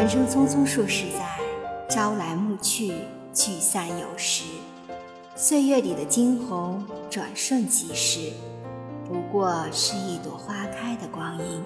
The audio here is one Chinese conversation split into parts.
人生匆匆数十载，朝来暮去，聚散有时。岁月里的惊鸿转瞬即逝，不过是一朵花开的光阴。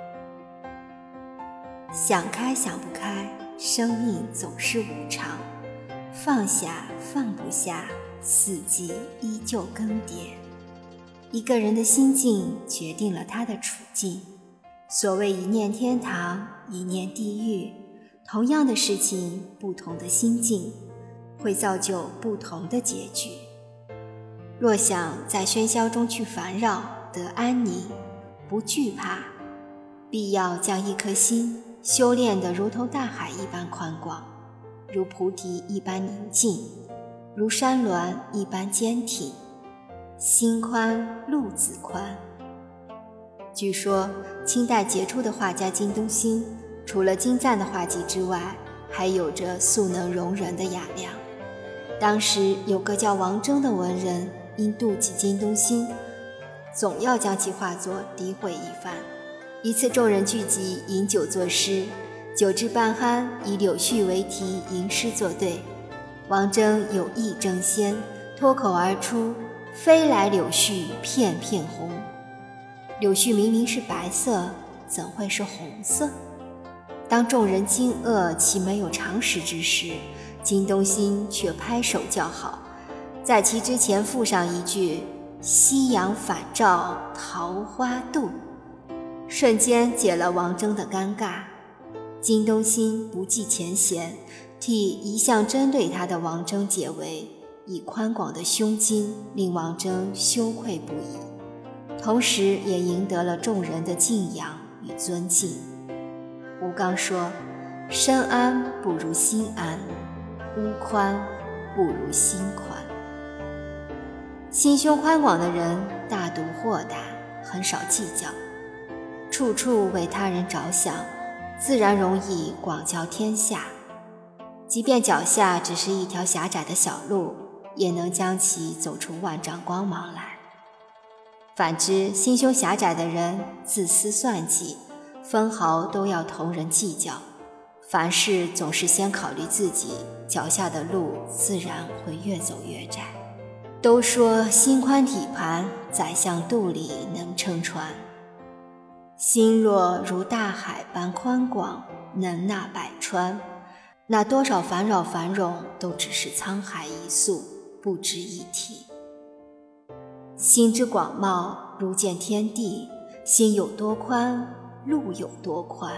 想开想不开，生命总是无常，放下放不下，四季依旧更迭。一个人的心境决定了他的处境。所谓一念天堂，一念地狱，同样的事情，不同的心境，会造就不同的结局。若想在喧嚣中去烦扰，得安宁，不惧怕，必要将一颗心修炼得如同大海一般宽广，如菩提一般宁静，如山峦一般坚挺。心宽路自宽。据说清代杰出的画家金东兴，除了精湛的画技之外，还有着素能容人的雅量。当时有个叫王征的文人，因妒忌金东兴，总要将其画作诋毁一番。一次众人聚集饮酒作诗，酒至半酣，以柳絮为题吟诗作对。王征有意争先，脱口而出：飞来柳絮片片红。柳絮明明是白色，怎会是红色？当众人惊愕其没有常识之时，金东兴却拍手叫好，在其之前附上一句：夕阳返照桃花渡，瞬间解了王征的尴尬。金东兴不计前嫌，替一向针对他的王征解围，以宽广的胸襟令王征羞愧不已，同时也赢得了众人的敬仰与尊敬。吴刚说：身安不如心安，屋宽不如心宽。心胸宽广的人大度豁达，很少计较，处处为他人着想，自然容易广交天下。即便脚下只是一条狭窄的小路，也能将其走出万丈光芒来。反之，心胸狭窄的人自私算计，分毫都要同人计较，凡事总是先考虑自己，脚下的路自然会越走越窄。都说心宽体盘，宰相肚里能撑船。心若如大海般宽广，能纳百川，那多少烦扰繁荣都只是沧海一粟，不值一提。心之广袤，如见天地，心有多宽，路有多宽。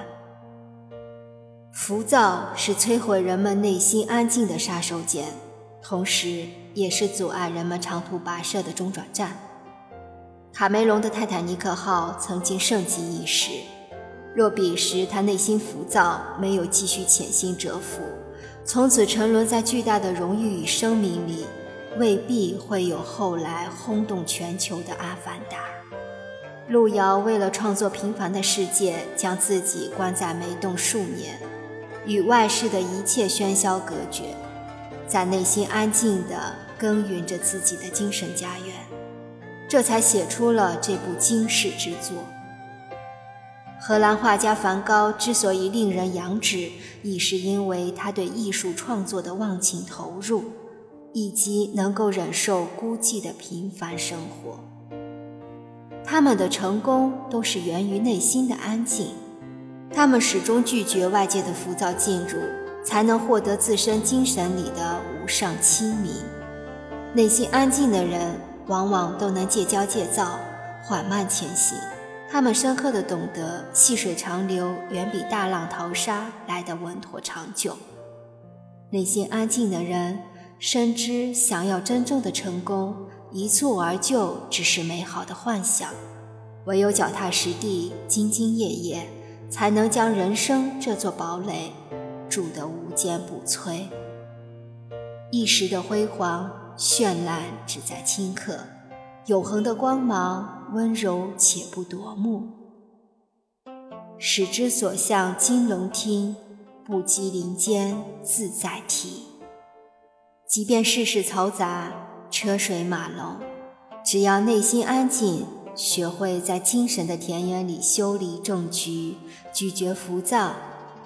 浮躁是摧毁人们内心安静的杀手锏，同时也是阻碍人们长途跋涉的中转站。卡梅隆的泰坦尼克号曾经盛极一时，若彼时他内心浮躁，没有继续潜心蛰伏，从此沉沦在巨大的荣誉与声名里，未必会有后来轰动全球的阿凡达。路遥为了创作平凡的世界，将自己关在煤洞数年，与外世的一切喧嚣隔绝，在内心安静地耕耘着自己的精神家园，这才写出了这部惊世之作。荷兰画家梵高之所以令人仰止，亦是因为他对艺术创作的忘情投入，以及能够忍受孤寂的平凡生活。他们的成功都是源于内心的安静，他们始终拒绝外界的浮躁进入，才能获得自身精神里的无上清明。内心安静的人往往都能戒骄戒躁，缓慢前行。他们深刻地懂得细水长流远比大浪淘沙来得稳妥长久。内心安静的人深知想要真正的成功，一蹴而就只是美好的幻想，唯有脚踏实地，兢兢业业，才能将人生这座堡垒筑得无坚不摧。一时的辉煌绚烂只在顷刻，永恒的光芒温柔且不夺目。使之所向金龙听，不羁林间自在啼。即便世事嘈杂，车水马龙，只要内心安静，学会在精神的田园里修篱种菊，拒绝浮躁，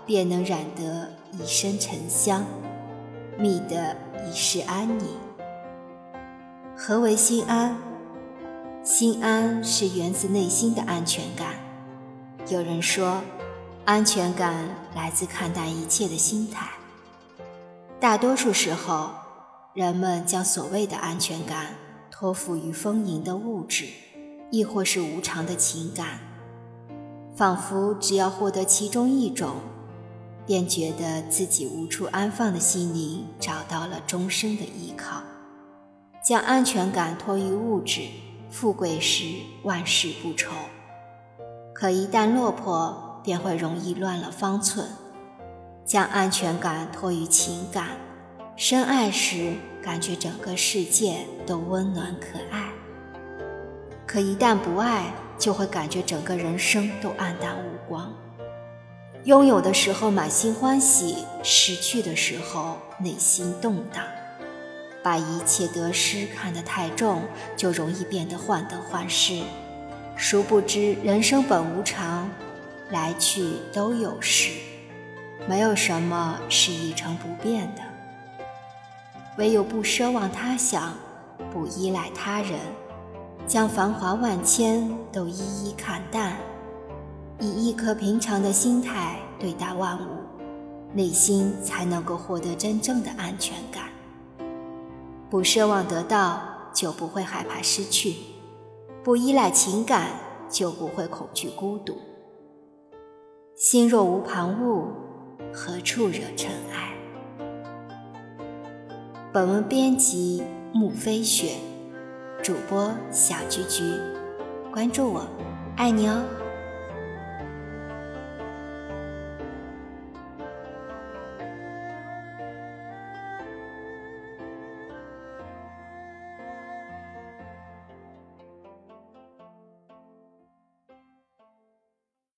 便能染得一身沉香，觅得一世安宁。何为心安？心安是源自内心的安全感。有人说，安全感来自看待一切的心态。大多数时候，人们将所谓的安全感托付于丰盈的物质，亦或是无常的情感，仿佛只要获得其中一种，便觉得自己无处安放的心灵找到了终身的依靠。将安全感托于物质，富贵时万事不愁，可一旦落魄，便会容易乱了方寸。将安全感托于情感，深爱时感觉整个世界都温暖可爱，可一旦不爱，就会感觉整个人生都黯淡无光。拥有的时候满心欢喜，失去的时候内心动荡。把一切得失看得太重，就容易变得患得患失。殊不知人生本无常，来去都有时，没有什么是一成不变的。唯有不奢望他想，不依赖他人，将繁华万千都一一看淡，以一颗平常的心态对待万物，内心才能够获得真正的安全感。不奢望得到，就不会害怕失去；不依赖情感，就不会恐惧孤独。心若无旁骛，何处惹尘埃？本文编辑木飞雪，主播小菊菊，关注我，爱你哦。